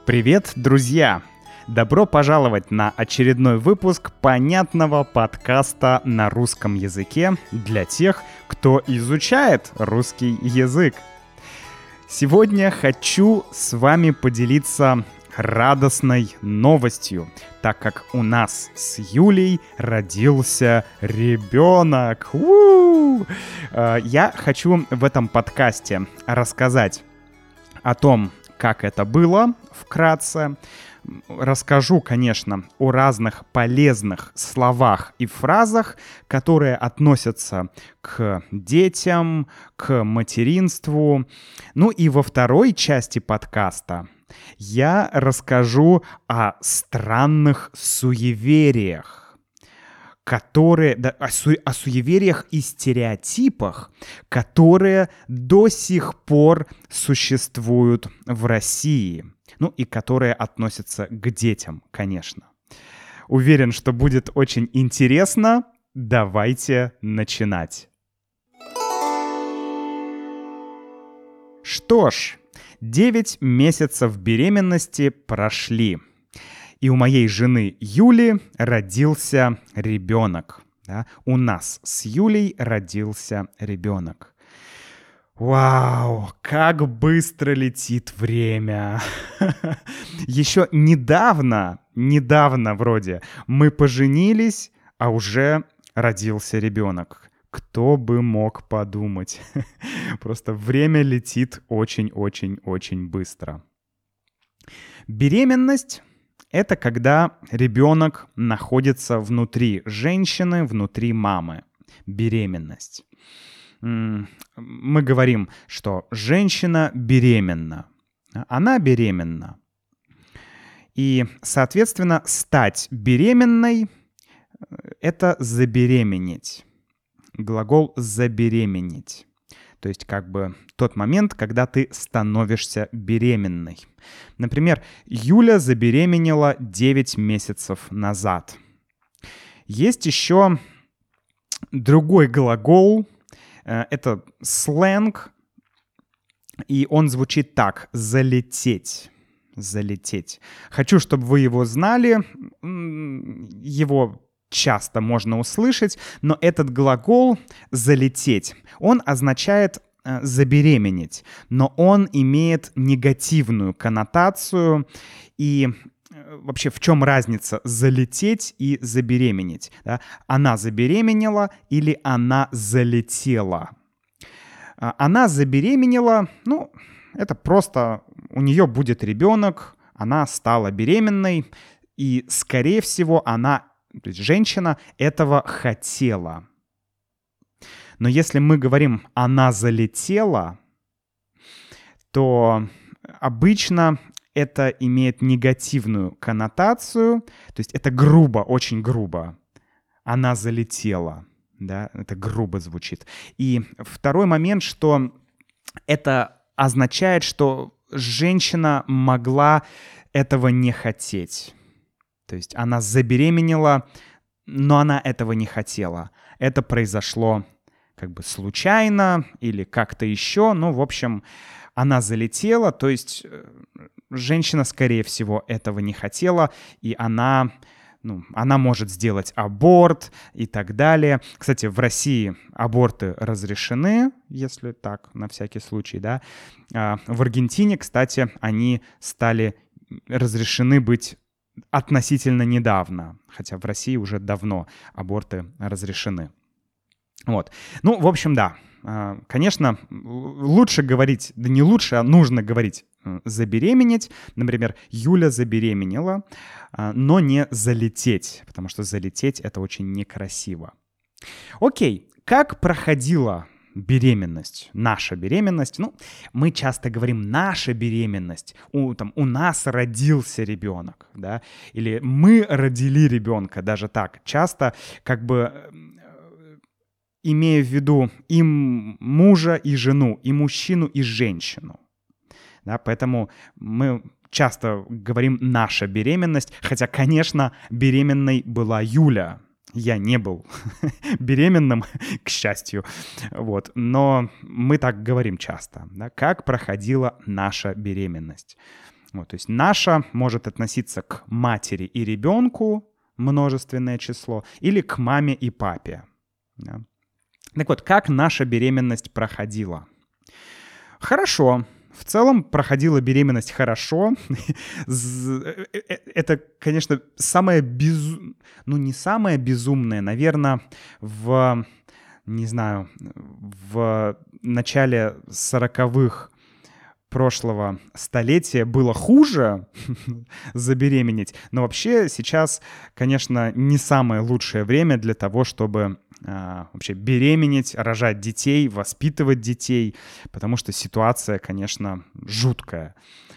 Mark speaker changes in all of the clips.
Speaker 1: Привет, друзья! Добро пожаловать на очередной выпуск понятного подкаста на русском языке для тех, кто изучает русский язык. Сегодня хочу с вами поделиться радостной новостью, так как у нас с Юлей родился ребенок. Я хочу в этом подкасте рассказать о том, как это было вкратце. Расскажу, конечно, о разных полезных словах и фразах, которые относятся к детям, к материнству. Ну и во второй части подкаста я расскажу о странных суевериях, о суевериях и стереотипах, которые до сих пор существуют в России. Ну и которые относятся к детям, конечно. Уверен, что будет очень интересно. Давайте начинать. Что ж, 9 месяцев беременности прошли. И у моей жены Юли родился ребенок. Да? У нас с Юлей родился ребенок. Вау, как быстро летит время. Еще недавно вроде мы поженились, а уже родился ребенок. Кто бы мог подумать. Просто время летит очень-очень-очень быстро. Беременность — это когда ребенок находится внутри женщины, внутри мамы. Беременность. Мы говорим, что женщина беременна. Она беременна. И, соответственно, стать беременной — это забеременеть. Глагол «забеременеть». То есть как бы тот момент, когда ты становишься беременной. Например, Юля забеременела 9 месяцев назад. Есть еще другой глагол. Это сленг, и он звучит так: «залететь». «Залететь». Хочу, чтобы вы его знали. Его часто можно услышать, но этот глагол «залететь», он означает «забеременеть», но он имеет негативную коннотацию. И вообще, в чем разница залететь и забеременеть? Да? Она забеременела или она залетела? Она забеременела, это просто у нее будет ребенок, она стала беременной, и, скорее всего, то есть женщина, этого хотела. Но если мы говорим «она залетела», то обычно это имеет негативную коннотацию, то есть это грубо, очень грубо. Она залетела, да, это грубо звучит. И второй момент, что это означает, что женщина могла этого не хотеть. То есть она забеременела, но она этого не хотела. Это произошло как бы случайно или как-то еще. В общем, она залетела, то есть женщина, скорее всего, этого не хотела, и она может сделать аборт и так далее. Кстати, в России аборты разрешены, если так, на всякий случай, да. В Аргентине, кстати, они стали разрешены быть относительно недавно, хотя в России уже давно аборты разрешены. Вот. В общем, да. Конечно, лучше говорить, да не лучше, а нужно говорить забеременеть. Например, Юля забеременела, но не залететь, потому что залететь — это очень некрасиво. Окей, как проходила беременность, наша беременность? Мы часто говорим «наша беременность», у нас родился ребенок, да, или мы родили ребенка, даже так. Часто как бы имея в виду и мужа, и жену, и мужчину, и женщину. Да, поэтому мы часто говорим «наша беременность», хотя, конечно, беременной была Юля. Я не был беременным, к счастью. Вот. Но мы так говорим часто. Да? Как проходила наша беременность? Вот, то есть наша может относиться к матери и ребенку, множественное число, или к маме и папе. Да. Так вот, как наша беременность проходила? Хорошо. В целом проходила беременность хорошо. Это, конечно, не самое безумное, наверное, не знаю, в начале 40-х прошлого столетия было хуже забеременеть, но вообще сейчас, конечно, не самое лучшее время для того, чтобы вообще беременеть, рожать детей, воспитывать детей, потому что ситуация, конечно, жуткая.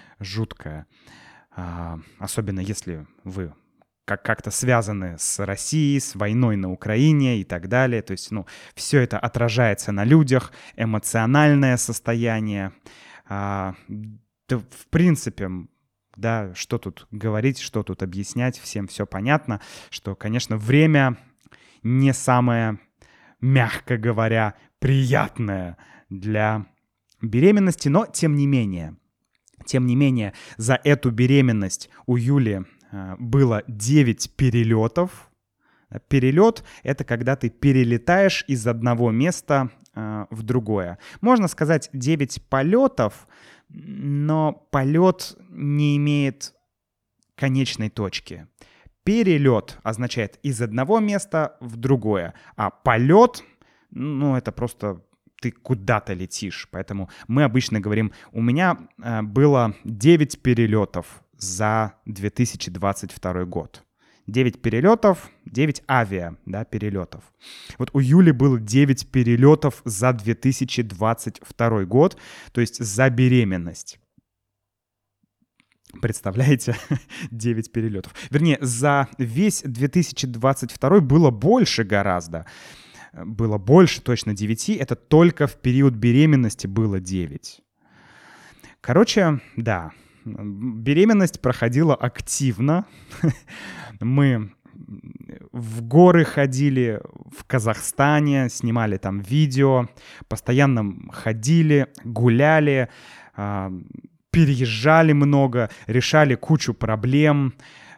Speaker 1: Особенно если вы как-то связаны с Россией, с войной на Украине и так далее. То есть, все это отражается на людях, эмоциональное состояние. Да, в принципе, да, что тут говорить, что тут объяснять, всем все понятно, что, конечно, время не самое, мягко говоря, приятное для беременности, но тем не менее, за эту беременность у Юли было 9 перелетов. Перелет — это когда ты перелетаешь из одного места в другое. Можно сказать 9 полетов, но полет не имеет конечной точки. Перелет означает из одного места в другое, а полет, это просто ты куда-то летишь. Поэтому мы обычно говорим, у меня было 9 перелетов за 2022 год. 9 перелетов, 9 перелетов. Вот у Юли было 9 перелетов за 2022 год, то есть за беременность. Представляете? 9 перелетов. Вернее, за весь 2022 было больше гораздо. Было больше, точно 9. Это только в период беременности было 9. Короче, да, беременность проходила активно. Мы в горы ходили в Казахстане, снимали там видео, постоянно ходили, гуляли, переезжали много, решали кучу проблем.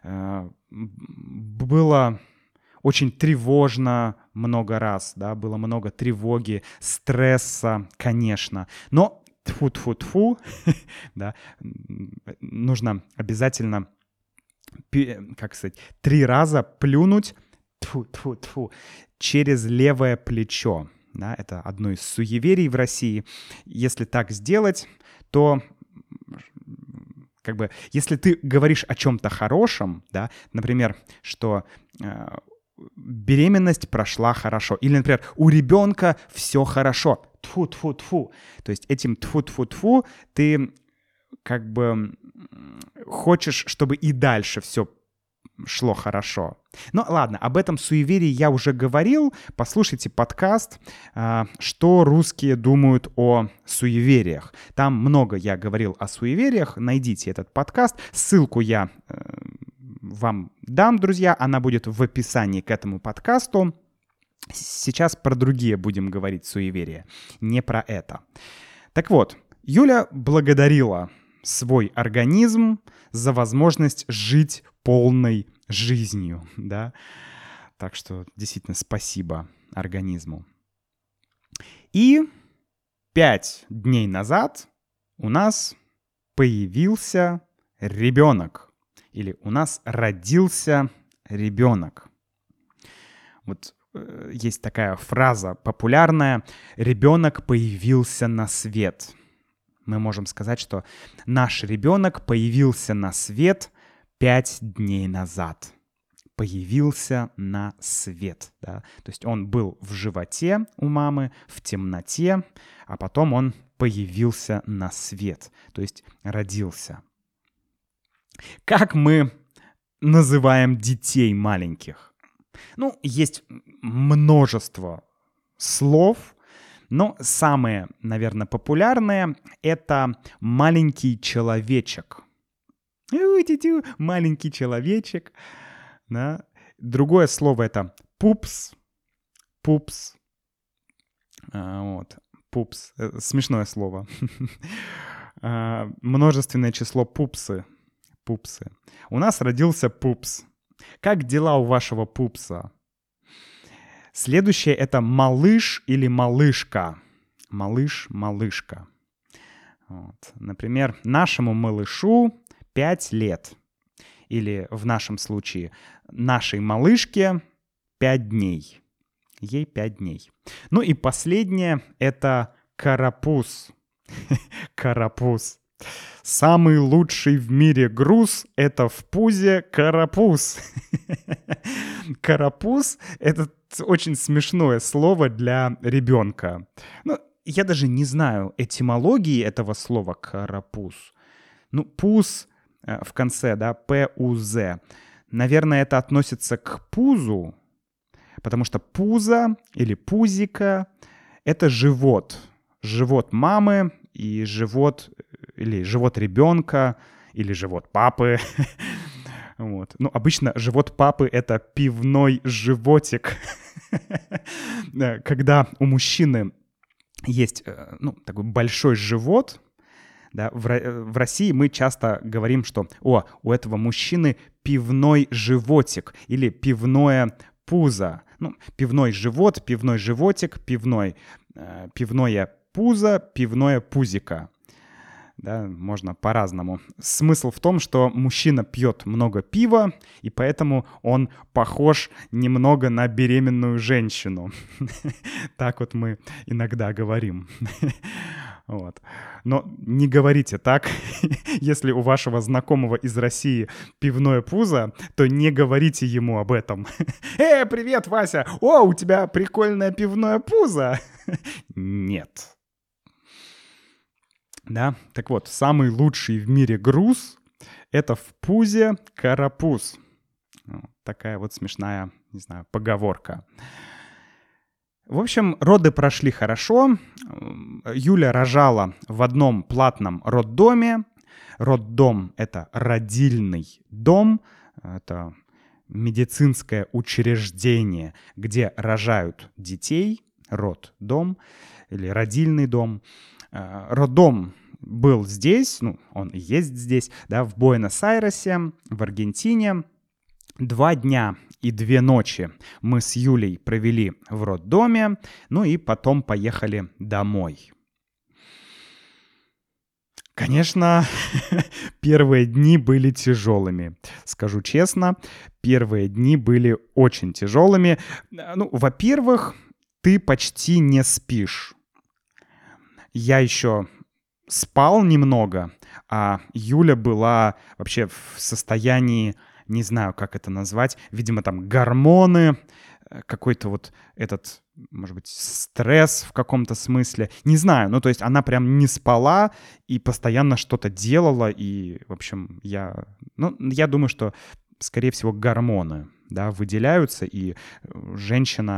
Speaker 1: Было очень тревожно много раз, да, было много тревоги, стресса, конечно. Но тьфу-тьфу-тьфу, да, нужно обязательно, 3 раза плюнуть тьфу-тьфу-тьфу через левое плечо. Да, это одно из суеверий в России. Если так сделать, то если ты говоришь о чем-то хорошем, да, например, что беременность прошла хорошо, или, например, у ребенка все хорошо, тьфу-тьфу-тьфу, то есть этим тьфу-тьфу-тьфу ты хочешь, чтобы и дальше все шло хорошо. Ну ладно, об этом суеверии я уже говорил. Послушайте подкаст «Что русские думают о суевериях». Там много я говорил о суевериях. Найдите этот подкаст. Ссылку я вам дам, друзья. Она будет в описании к этому подкасту. Сейчас про другие будем говорить суеверия, не про это. Так вот, Юля благодарила свой организм за возможность жить полной жизнью, да. Так что действительно спасибо организму. И 5 дней назад у нас появился ребенок. Или у нас родился ребенок. Вот есть такая фраза популярная: «Ребенок появился на свет». Мы можем сказать, что наш ребенок появился на свет 5 дней назад. Появился на свет. Да? То есть он был в животе у мамы, в темноте, а потом он появился на свет, то есть родился. Как мы называем детей маленьких? Есть множество слов, но самые, наверное, популярные — это маленький человечек. Маленький человечек. Да. Другое слово — это пупс. Пупс. Пупс. Смешное слово. Множественное число пупсы. Пупсы. У нас родился пупс. Как дела у вашего пупса? Следующее — это малыш или малышка. Малыш, малышка. Вот. Например, нашему малышу 5 лет. Или в нашем случае нашей малышке 5 дней. Ей 5 дней. Ну и последнее — это карапуз. Карапуз. Самый лучший в мире груз — это в пузе карапуз. Карапуз — это очень смешное слово для ребенка. Ну, я даже не знаю этимологии этого слова карапуз. Ну, пуз в конце, да, П-У-З. Наверное, это относится к пузу, потому что пузо или пузика — это живот. Живот мамы и живот или живот ребенка, или живот папы. Вот. Ну, обычно живот папы — это пивной животик. Когда у мужчины есть такой большой живот, да, в России мы часто говорим, что у этого мужчины пивной животик или пивное пузо. Ну, пивной живот, пивной животик, пивное пузо, пивное пузико. Да, можно по-разному. Смысл в том, что мужчина пьет много пива, и поэтому он похож немного на беременную женщину. Так вот мы иногда говорим. Вот. Но не говорите так. Если у вашего знакомого из России пивное пузо, то не говорите ему об этом. Привет, Вася! У тебя прикольное пивное пузо! Нет. Да, так вот, самый лучший в мире груз — это в пузе карапуз. Такая вот смешная, не знаю, поговорка. В общем, роды прошли хорошо. Юля рожала в одном платном роддоме. Роддом — это родильный дом, это медицинское учреждение, где рожают детей, роддом или родильный дом. Роддом был здесь, он и есть здесь, да, в Буэнос-Айресе, в Аргентине. 2 дня и 2 ночи мы с Юлей провели в роддоме, и потом поехали домой. Конечно, первые дни были тяжелыми. Скажу честно, первые дни были очень тяжелыми. Во-первых, ты почти не спишь. Я еще спал немного, а Юля была вообще в состоянии, не знаю, как это назвать, видимо, там гормоны, какой-то вот этот, может быть, стресс в каком-то смысле. Не знаю, то есть она прям не спала и постоянно что-то делала, и, в общем, я думаю, что, скорее всего, гормоны, да, выделяются, и женщина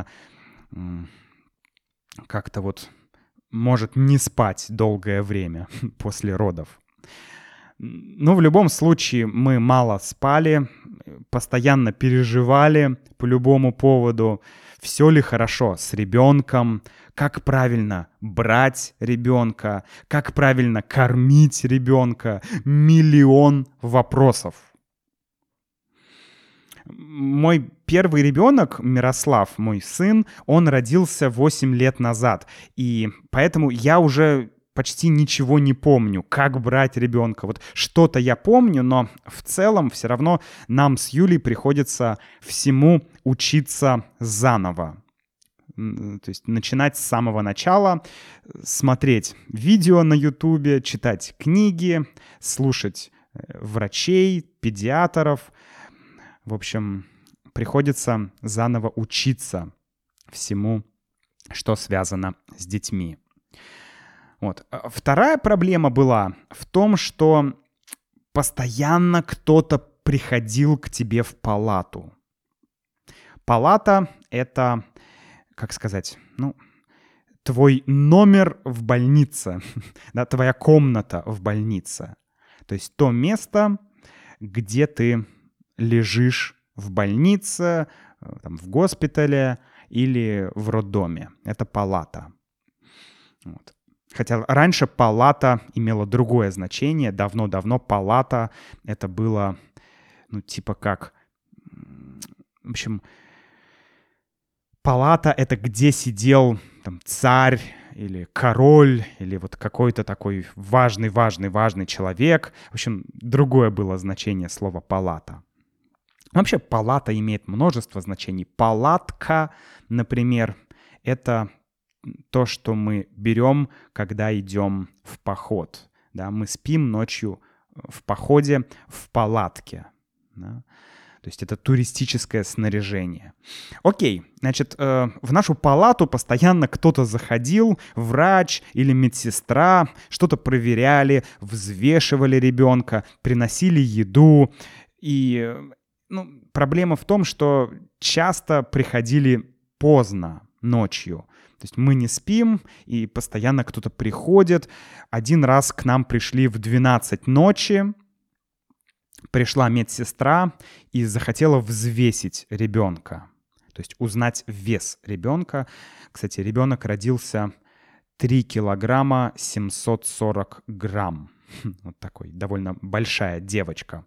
Speaker 1: как-то вот может не спать долгое время после родов. Но в любом случае мы мало спали, постоянно переживали по любому поводу, все ли хорошо с ребенком, как правильно брать ребенка, как правильно кормить ребенка, миллион вопросов. Мой первый ребенок, Мирослав, мой сын, он родился 8 лет назад. И поэтому я уже почти ничего не помню, как брать ребенка. Вот что-то я помню, но в целом все равно нам с Юлей приходится всему учиться заново. То есть начинать с самого начала, смотреть видео на Ютубе, читать книги, слушать врачей, педиатров. В общем, приходится заново учиться всему, что связано с детьми. Вот. Вторая проблема была в том, что постоянно кто-то приходил к тебе в палату. Палата — это, как сказать, твой номер в больнице, да, твоя комната в больнице. То есть то место, где ты лежишь в больнице, там, в госпитале или в роддоме. Это палата. Вот. Хотя раньше палата имела другое значение. Давно-давно палата — это было, типа как... В общем, палата — это где сидел там царь или король, или вот какой-то такой важный человек. В общем, другое было значение слова «палата». Вообще, палата имеет множество значений. Палатка, например, это то, что мы берем, когда идем в поход. Да? Мы спим ночью в походе в палатке. Да? То есть это туристическое снаряжение. Окей, значит, в нашу палату постоянно кто-то заходил, врач или медсестра, что-то проверяли, взвешивали ребенка, приносили еду. И проблема в том, что часто приходили поздно ночью. То есть мы не спим, и постоянно кто-то приходит. Один раз к нам пришли в 12 ночи. Пришла медсестра и захотела взвесить ребенка. То есть узнать вес ребенка. Кстати, ребенок родился 3 килограмма 740 грамм. Вот такой довольно большая девочка.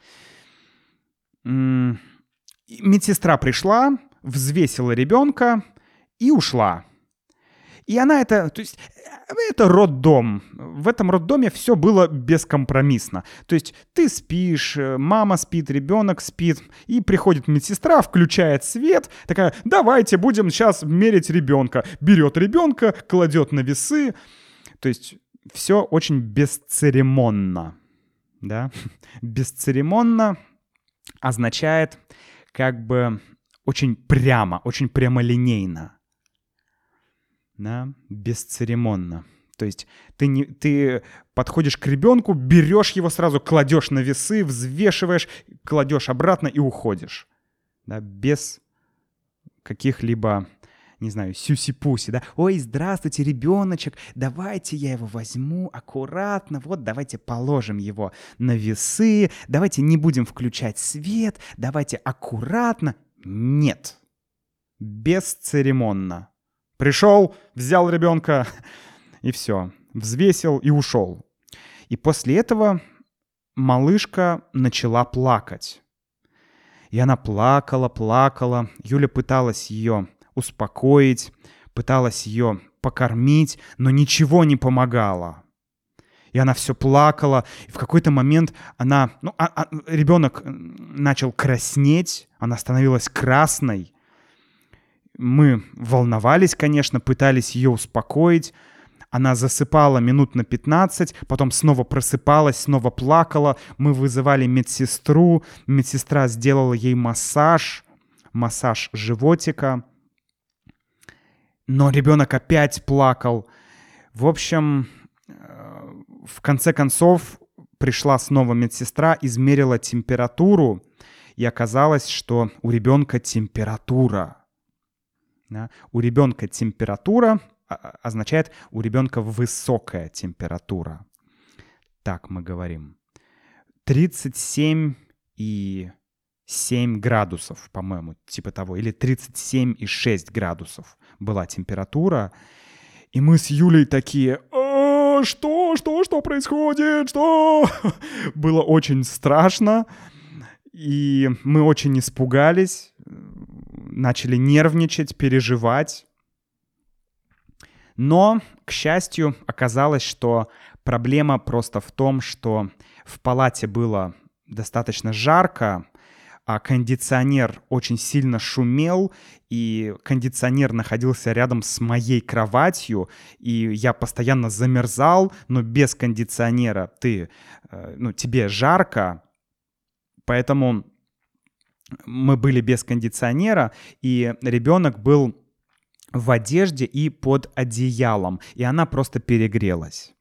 Speaker 1: Медсестра пришла, взвесила ребенка и ушла. И то есть это роддом. В этом роддоме все было бескомпромиссно. То есть ты спишь, мама спит, ребенок спит, и приходит медсестра, включает свет, такая: давайте будем сейчас мерить ребенка. Берет ребенка, кладет на весы. То есть все очень бесцеремонно. Да? Бесцеремонно означает как бы очень прямолинейно. Да? Бесцеремонно. То есть ты подходишь к ребенку, берешь его сразу, кладешь на весы, взвешиваешь, кладешь обратно и уходишь. Да? Без каких-либо, не знаю, сюси-пуси. Да? Ой, здравствуйте, ребеночек, давайте я его возьму аккуратно, вот давайте положим его на весы, давайте не будем включать свет, давайте аккуратно. Нет. Бесцеремонно. Пришел, взял ребенка, и все. Взвесил и ушел. И после этого малышка начала плакать. И она плакала. Юля пыталась ее успокоить, пыталась ее покормить, но ничего не помогало. И она все плакала. И в какой-то момент ребенок начал краснеть, она становилась красной. Мы волновались, конечно, пытались ее успокоить. Она засыпала минут на 15, потом снова просыпалась, снова плакала. Мы вызывали медсестру. Медсестра сделала ей массаж животика. Но ребенок опять плакал. В общем, в конце концов пришла снова медсестра, измерила температуру, и оказалось, что у ребенка температура. Да? У ребенка температура означает, у ребенка высокая температура. Так мы говорим. 37,7 градусов, по-моему, типа того. Или 37,6 градусов была температура. И мы с Юлей такие: что происходит? Что? Было очень страшно. И мы очень испугались. Начали нервничать, переживать. Но, к счастью, оказалось, что проблема просто в том, что в палате было достаточно жарко, а кондиционер очень сильно шумел, и кондиционер находился рядом с моей кроватью, и я постоянно замерзал, но без кондиционера тебе жарко, поэтому мы были без кондиционера, и ребенок был в одежде и под одеялом, и она просто перегрелась.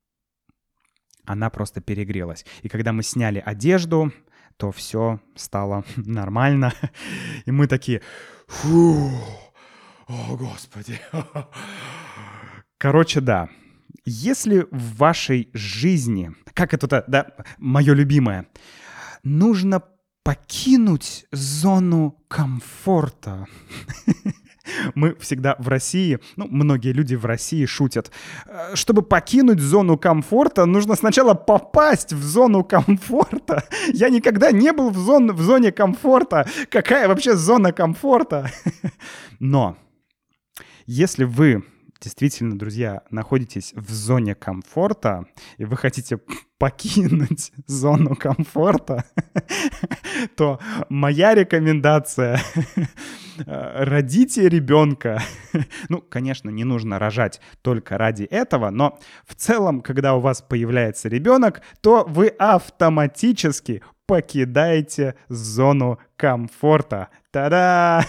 Speaker 1: И когда мы сняли одежду, то все стало нормально. И мы такие: фу, о, Господи. Короче, да. Если в вашей жизни, как это, да, мое любимое, нужно покинуть зону комфорта. Мы всегда в России, многие люди в России шутят, чтобы покинуть зону комфорта, нужно сначала попасть в зону комфорта. Я никогда не был в зоне комфорта. Какая вообще зона комфорта? Но если вы действительно, друзья, находитесь в зоне комфорта, и вы хотите покинуть зону комфорта, то моя рекомендация — родите ребенка. Конечно, не нужно рожать только ради этого, но в целом, когда у вас появляется ребенок, то вы автоматически покидаете зону комфорта. Та-да!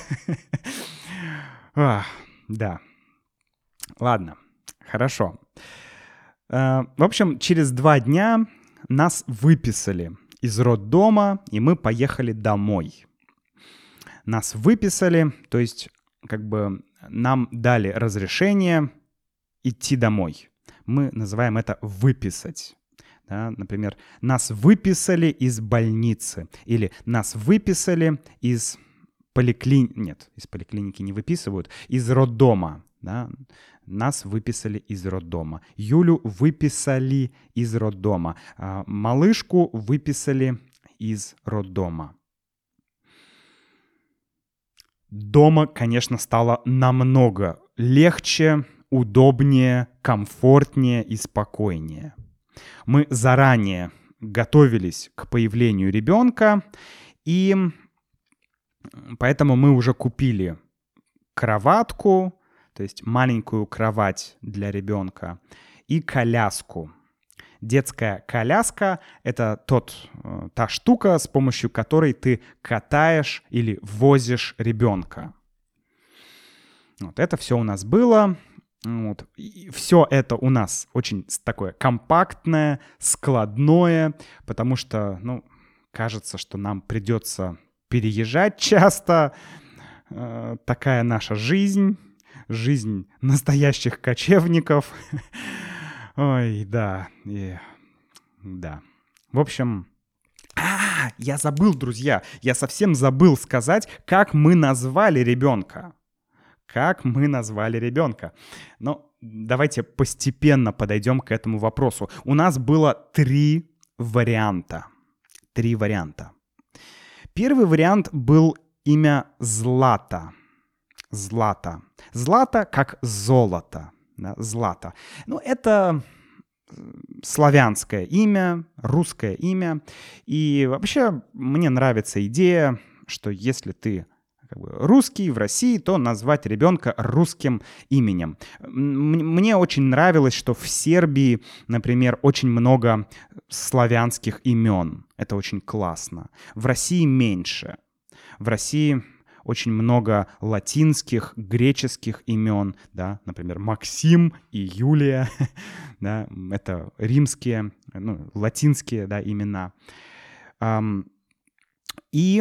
Speaker 1: Да. Ладно, хорошо. В общем, через 2 дня нас выписали из роддома, и мы поехали домой. Нас выписали, то есть нам дали разрешение идти домой. Мы называем это «выписать». Да? Например, нас выписали из больницы или нас выписали из поликлиники. Нет, из поликлиники не выписывают, из роддома. Да? Нас выписали из роддома. Юлю выписали из роддома. Малышку выписали из роддома. Дома, конечно, стало намного легче, удобнее, комфортнее и спокойнее. Мы заранее готовились к появлению ребенка, и поэтому мы уже купили кроватку, то есть маленькую кровать для ребенка, и коляску. Детская коляска — это та штука, с помощью которой ты катаешь или возишь ребенка. Вот это все у нас было. И все это у нас очень такое компактное, складное, потому что, кажется, что нам придется переезжать часто. Такая наша жизнь настоящих кочевников. Ой, да. Да. В общем... Я забыл, друзья. Я совсем забыл сказать, как мы назвали ребенка. Давайте постепенно подойдем к этому вопросу. У нас было 3 варианта. Первый вариант был имя Злата. Злата как золото. Да, Злата. Это славянское имя, русское имя. И вообще мне нравится идея, что если ты русский в России, то назвать ребенка русским именем. Мне очень нравилось, что в Сербии, например, очень много славянских имен. Это очень классно. В России меньше. В России очень много латинских, греческих имен, да, например, Максим и Юлия, да, это римские, латинские, да, имена. И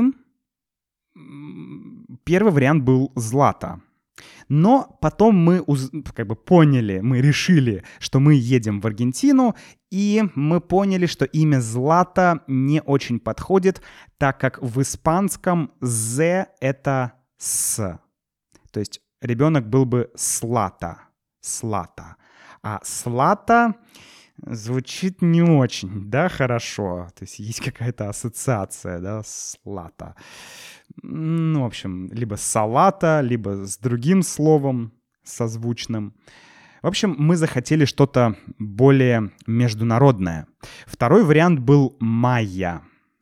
Speaker 1: первый вариант был Злата. Но потом мы поняли, мы решили, что мы едем в Аргентину, и мы поняли, что имя Злата не очень подходит, так как в испанском «з» — это «с». То есть ребенок был бы Слата. А Слата звучит не очень, да, хорошо. То есть есть какая-то ассоциация, да, Слата. В общем, либо салата, либо с другим словом созвучным. В общем, мы захотели что-то более международное. Второй вариант был Майя.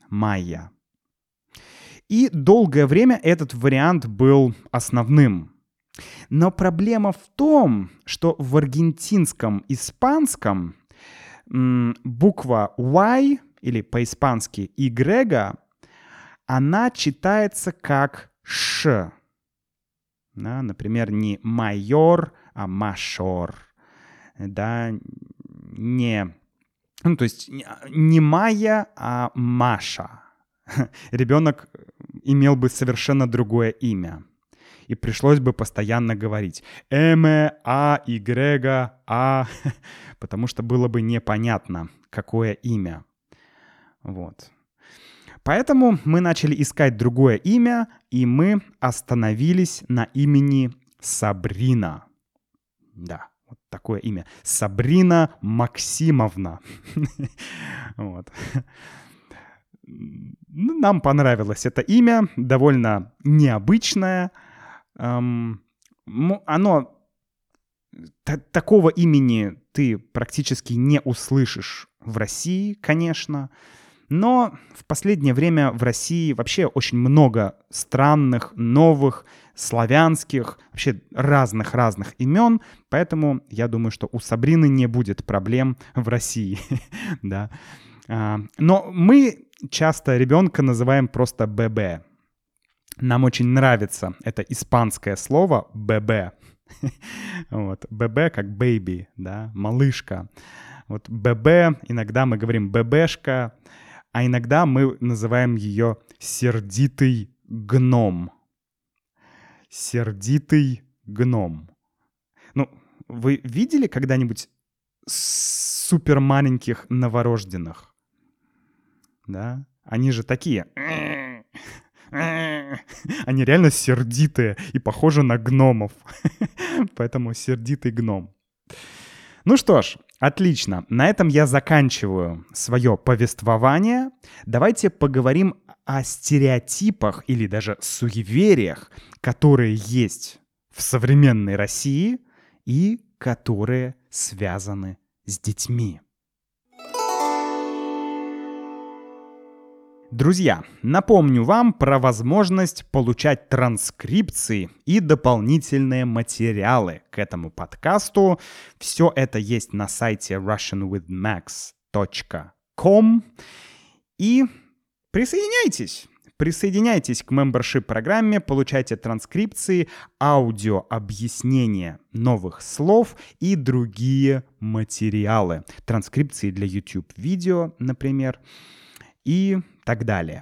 Speaker 1: И долгое время этот вариант был основным. Но проблема в том, что в аргентинском испанском буква Y, или по-испански Y, она читается как «ш». Да, например, не «майор», а «машор». Да, то есть не «Майя», а «Маша». Ребенок имел бы совершенно другое имя. И пришлось бы постоянно говорить «М, А, Y, А», потому что было бы непонятно, какое имя. Вот. Поэтому мы начали искать другое имя, и мы остановились на имени Сабрина. Да, вот такое имя. Сабрина Максимовна. Вот. Нам понравилось это имя, довольно необычное. Оно... Такого имени ты практически не услышишь в России, конечно. Но в последнее время в России вообще очень много странных, новых, славянских, вообще разных имен. Поэтому я думаю, что у Сабрины не будет проблем в России. Да. Но мы часто ребенка называем просто ББ. Нам очень нравится это испанское слово «ББ». Вот. ББ как baby, да, малышка. Вот ББ, иногда мы говорим ББшка, а иногда мы называем ее сердитый гном. Сердитый гном. Ну, вы видели когда-нибудь супер маленьких новорожденных? Да? Они же такие. Они реально сердитые и похожи на гномов. Поэтому сердитый гном. Ну что ж, отлично. На этом я заканчиваю свое повествование. Давайте поговорим о стереотипах или даже суевериях, которые есть в современной России и которые связаны с детьми. Друзья, напомню вам про возможность получать транскрипции и дополнительные материалы к этому подкасту. Все это есть на сайте russianwithmax.com. И присоединяйтесь к membership-программе, получайте транскрипции, аудиообъяснения новых слов и другие материалы. Транскрипции для YouTube-видео, например, и так далее.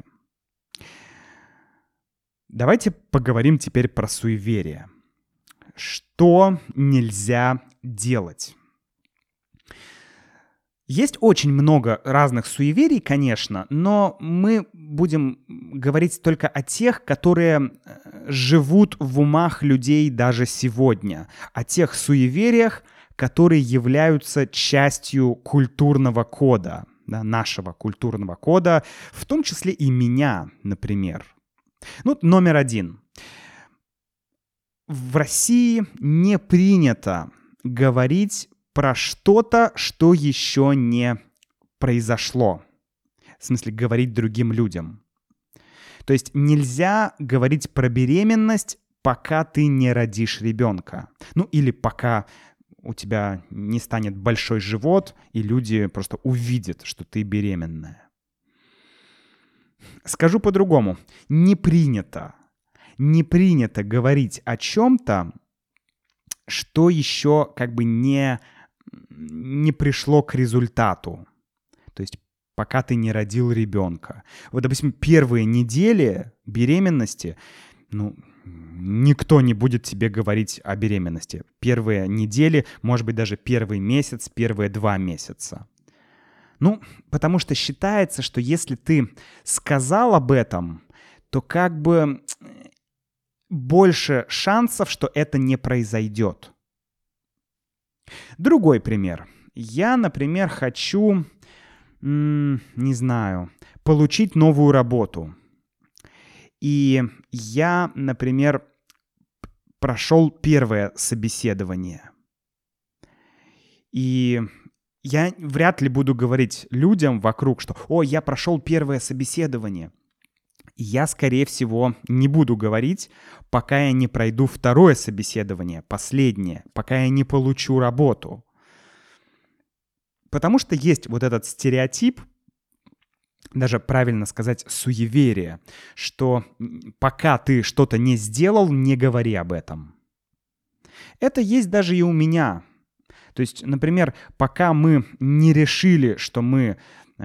Speaker 1: Давайте поговорим теперь про суеверия. Что нельзя делать? Есть очень много разных суеверий, конечно, но мы будем говорить только о тех, которые живут в умах людей даже сегодня, о тех суевериях, которые являются частью культурного кода, да, нашего культурного кода, в том числе и меня, например. Ну, номер 1. В России не принято говорить про что-то, что еще не произошло. В смысле, говорить другим людям. То есть нельзя говорить про беременность, пока ты не родишь ребенка. Ну, или пока у тебя не станет большой живот, и люди просто увидят, что ты беременная. Скажу по-другому. Не принято говорить о чем-то, что еще как бы не пришло к результату. То есть пока ты не родил ребенка. Вот, допустим, первые недели беременности, никто не будет тебе говорить о беременности. Первые недели, может быть, даже первый месяц, первые 2 месяца. Потому что считается, что если ты сказал об этом, то как бы больше шансов, что это не произойдет. Другой пример. Я, например, хочу, получить новую работу. И я, например, прошел первое собеседование. И я вряд ли буду говорить людям вокруг, что я прошел первое собеседование. Я, скорее всего, не буду говорить, пока я не пройду второе собеседование, последнее, пока я не получу работу. Потому что есть вот этот стереотип, даже правильно сказать, суеверие, что пока ты что-то не сделал, не говори об этом. Это есть даже и у меня. То есть, например, пока мы не решили, что мы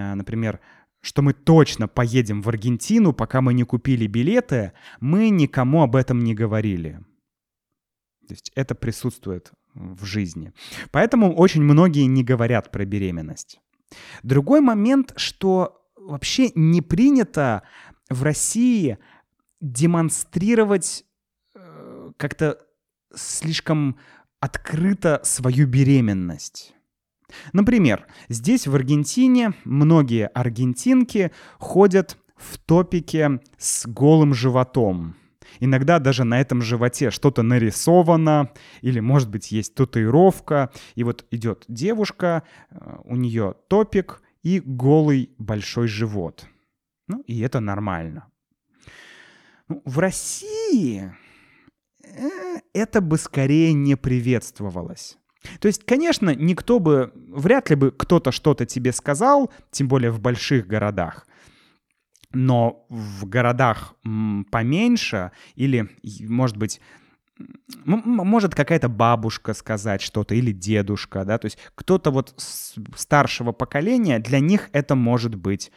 Speaker 1: точно поедем в Аргентину, пока мы не купили билеты, мы никому об этом не говорили. То есть это присутствует в жизни. Поэтому очень многие не говорят про беременность. Другой момент, что вообще не принято в России демонстрировать как-то слишком открыто свою беременность. Например, здесь, в Аргентине, многие аргентинки ходят в топике с голым животом. Иногда даже на этом животе что-то нарисовано, или, может быть, есть татуировка. И вот идет девушка, у нее топик и голый большой живот. Ну, и это нормально. Ну, в России это бы скорее не приветствовалось. То есть, конечно, вряд ли бы кто-то что-то тебе сказал, тем более в больших городах. Но в городах поменьше или, может быть, может какая-то бабушка сказать что-то или дедушка, да, то есть кто-то вот старшего поколения, для них это может быть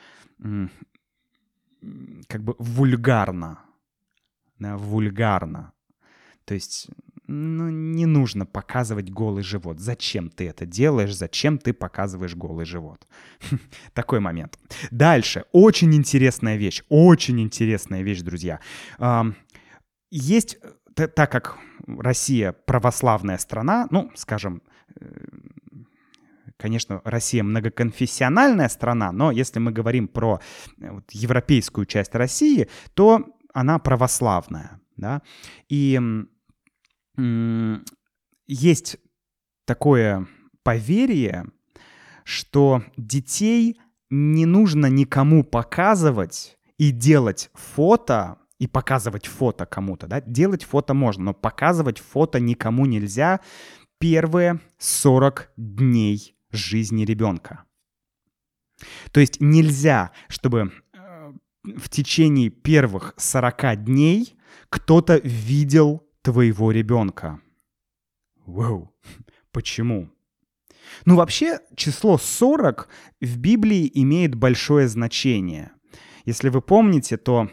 Speaker 1: как бы вульгарно, да, вульгарно. То есть, не нужно показывать голый живот. Зачем ты это делаешь? Зачем ты показываешь голый живот? Такой момент. Дальше. Очень интересная вещь, друзья. Есть, так как Россия православная страна, ну, скажем, конечно, Россия многоконфессиональная страна, но если мы говорим про европейскую часть России, то она православная, да, и есть такое поверье, что детей не нужно никому показывать и делать фото, и показывать фото кому-то, да, делать фото можно, но показывать фото никому нельзя первые 40 дней жизни ребенка. То есть нельзя, чтобы в течение первых 40 дней кто-то видел твоего ребенка. Вау, почему? Ну, вообще, число 40 в Библии имеет большое значение. Если вы помните, то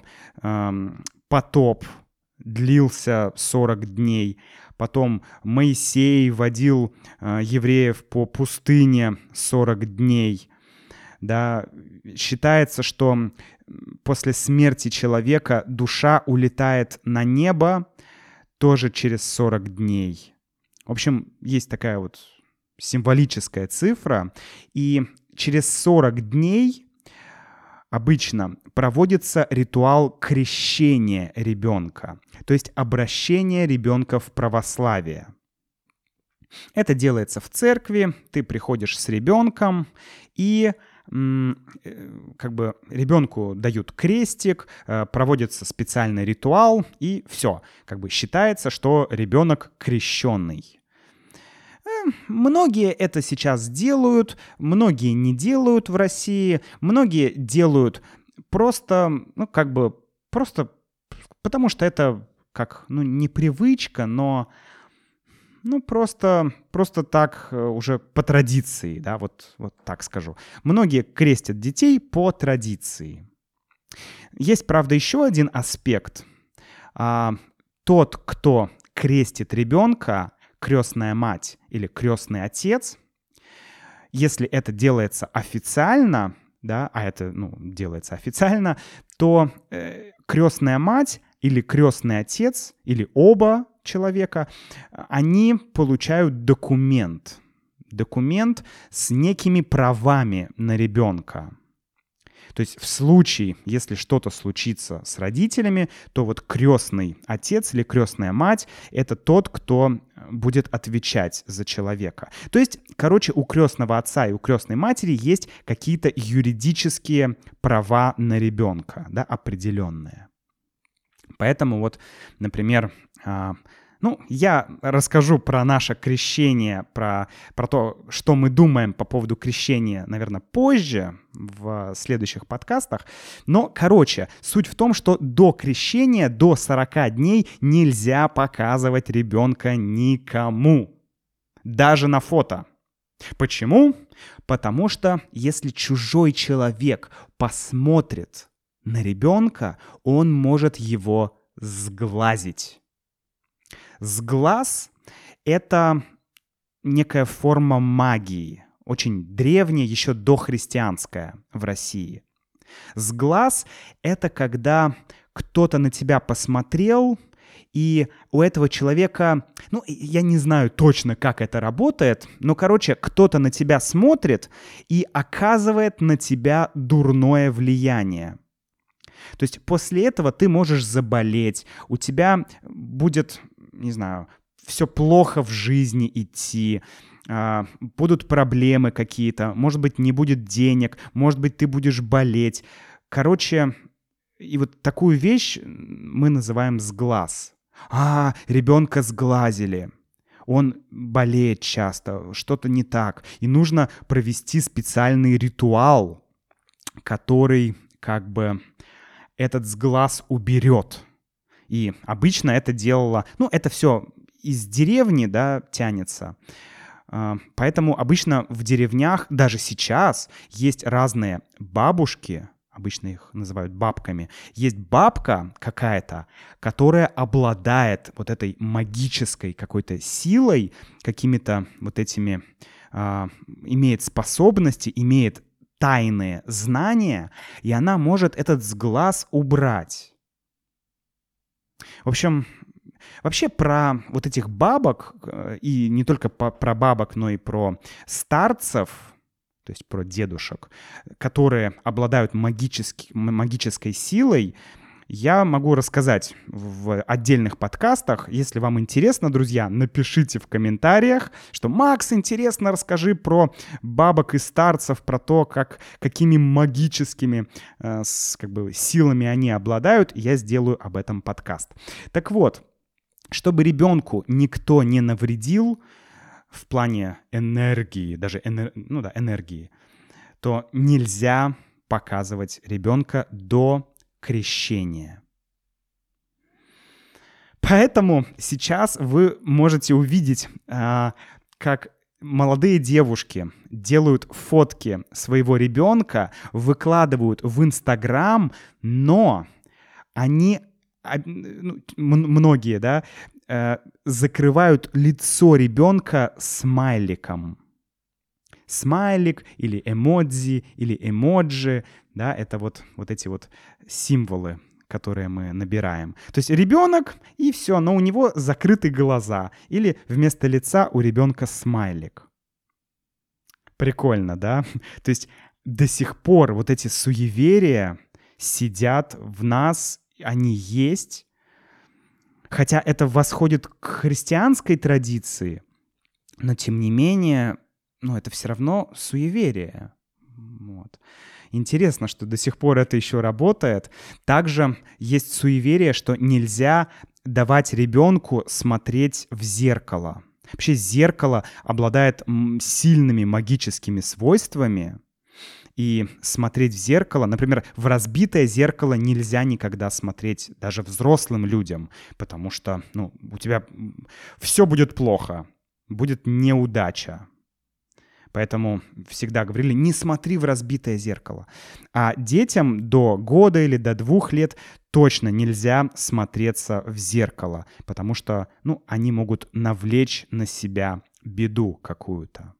Speaker 1: потоп длился 40 дней. Потом Моисей водил евреев по пустыне 40 дней. Да, считается, что после смерти человека душа улетает на небо тоже через 40 дней. В общем, есть такая вот символическая цифра. И через 40 дней обычно проводится ритуал крещения ребенка, то есть обращение ребенка в православие. Это делается в церкви, ты приходишь с ребенком, и как бы ребенку дают крестик, проводится специальный ритуал, и все. Как бы считается, что ребенок крещенный. Многие это сейчас делают, многие не делают в России, многие делают просто, просто потому что это как, не привычка, но просто так уже по традиции, да, вот так скажу. Многие крестят детей по традиции. Есть, правда, еще один аспект. Тот, кто крестит ребенка, крестная мать или крестный отец, если это делается официально, да, а это, делается официально, то крестная мать или крестный отец, или оба человека, они получают документ с некими правами на ребенка. То есть в случае, если что-то случится с родителями, то вот крестный отец или крестная мать — это тот, кто будет отвечать за человека. То есть, у крестного отца и у крестной матери есть какие-то юридические права на ребенка, да, определенные. Поэтому вот, например, я расскажу про наше крещение, про то, что мы думаем по поводу крещения, наверное, позже, в следующих подкастах. Но, суть в том, что до крещения, до 40 дней нельзя показывать ребенка никому. Даже на фото. Почему? Потому что если чужой человек посмотрит на ребенка, он может его сглазить. Сглаз — это некая форма магии, очень древняя, еще дохристианская в России. Сглаз — это когда кто-то на тебя посмотрел и у этого человека, ну, я не знаю точно, как это работает, но, короче, кто-то на тебя смотрит и оказывает на тебя дурное влияние. То есть после этого ты можешь заболеть, у тебя будет, не знаю, все плохо в жизни идти, будут проблемы какие-то, может быть, не будет денег, может быть, ты будешь болеть. Короче, и вот такую вещь мы называем сглаз. Ребенка сглазили. Он болеет часто, что-то не так. И нужно провести специальный ритуал, который как бы этот сглаз уберет. И обычно это делала... Ну, это все из деревни, да, тянется. Поэтому обычно в деревнях, даже сейчас, есть разные бабушки, обычно их называют бабками. Есть бабка какая-то, которая обладает вот этой магической какой-то силой, какими-то вот этими... имеет способности, имеет тайные знания, и она может этот сглаз убрать. В общем, вообще про вот этих бабок, и не только про бабок, но и про старцев, то есть про дедушек, которые обладают магической силой, я могу рассказать в отдельных подкастах. Если вам интересно, друзья, напишите в комментариях, что «Макс, интересно, расскажи про бабок и старцев, про то, какими магическими силами они обладают». Я сделаю об этом подкаст. Так вот, чтобы ребенку никто не навредил в плане энергии, даже энергии, то нельзя показывать ребенка до крещения. Поэтому сейчас вы можете увидеть, как молодые девушки делают фотки своего ребенка, выкладывают в Инстаграм, но они, многие, да, закрывают лицо ребенка смайликом. Смайлик или эмодзи, или эмоджи, да, это вот эти вот символы, которые мы набираем. То есть ребенок, и все, но у него закрыты глаза. Или вместо лица у ребенка смайлик. Прикольно, да? То есть до сих пор вот эти суеверия сидят в нас, они есть. Хотя это восходит к христианской традиции, но тем не менее... это все равно суеверие. Вот. Интересно, что до сих пор это еще работает. Также есть суеверие, что нельзя давать ребенку смотреть в зеркало. Вообще зеркало обладает сильными магическими свойствами. И смотреть в зеркало, например, в разбитое зеркало нельзя никогда смотреть даже взрослым людям, потому что у тебя все будет плохо, будет неудача. Поэтому всегда говорили, не смотри в разбитое зеркало. А детям до года или до 2 лет точно нельзя смотреться в зеркало, потому что, они могут навлечь на себя беду какую-то.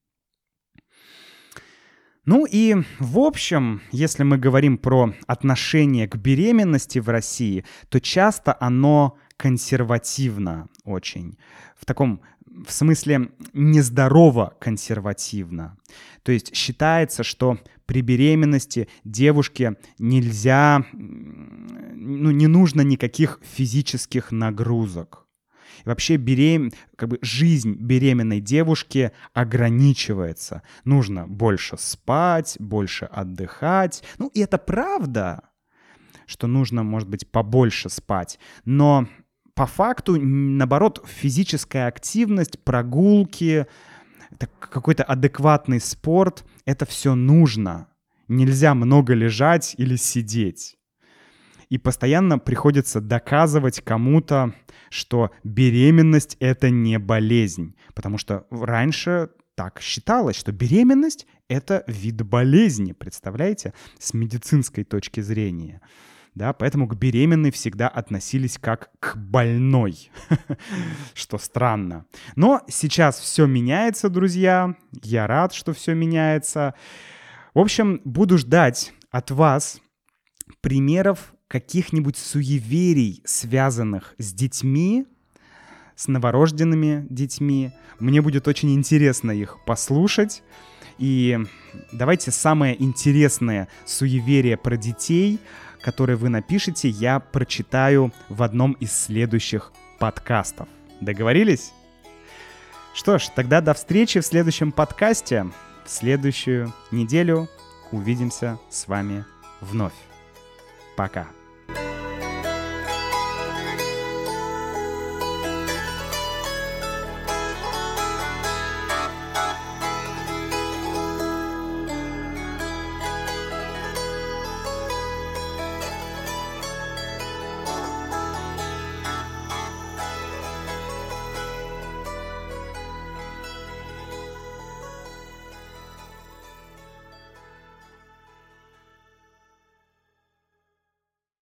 Speaker 1: И, в общем, если мы говорим про отношение к беременности в России, то часто оно консервативно очень. В смысле нездорово консервативно. То есть считается, что при беременности девушке нельзя, не нужно никаких физических нагрузок. И вообще жизнь беременной девушки ограничивается. Нужно больше спать, больше отдыхать. И это правда, что нужно, может быть, побольше спать. Но по факту, наоборот, физическая активность, прогулки, какой-то адекватный спорт — это все нужно. Нельзя много лежать или сидеть. И постоянно приходится доказывать кому-то, что беременность — это не болезнь. Потому что раньше так считалось, что беременность — это вид болезни, представляете, с медицинской точки зрения. Да, поэтому к беременной всегда относились как к больной, что странно. Но сейчас все меняется, друзья. Я рад, что все меняется. В общем, буду ждать от вас примеров каких-нибудь суеверий, связанных с детьми, с новорожденными детьми. Мне будет очень интересно их послушать. И давайте самое интересное суеверие про детей, которое вы напишите, я прочитаю в одном из следующих подкастов. Договорились? Что ж, тогда до встречи в следующем подкасте. В следующую неделю увидимся с вами вновь. Пока.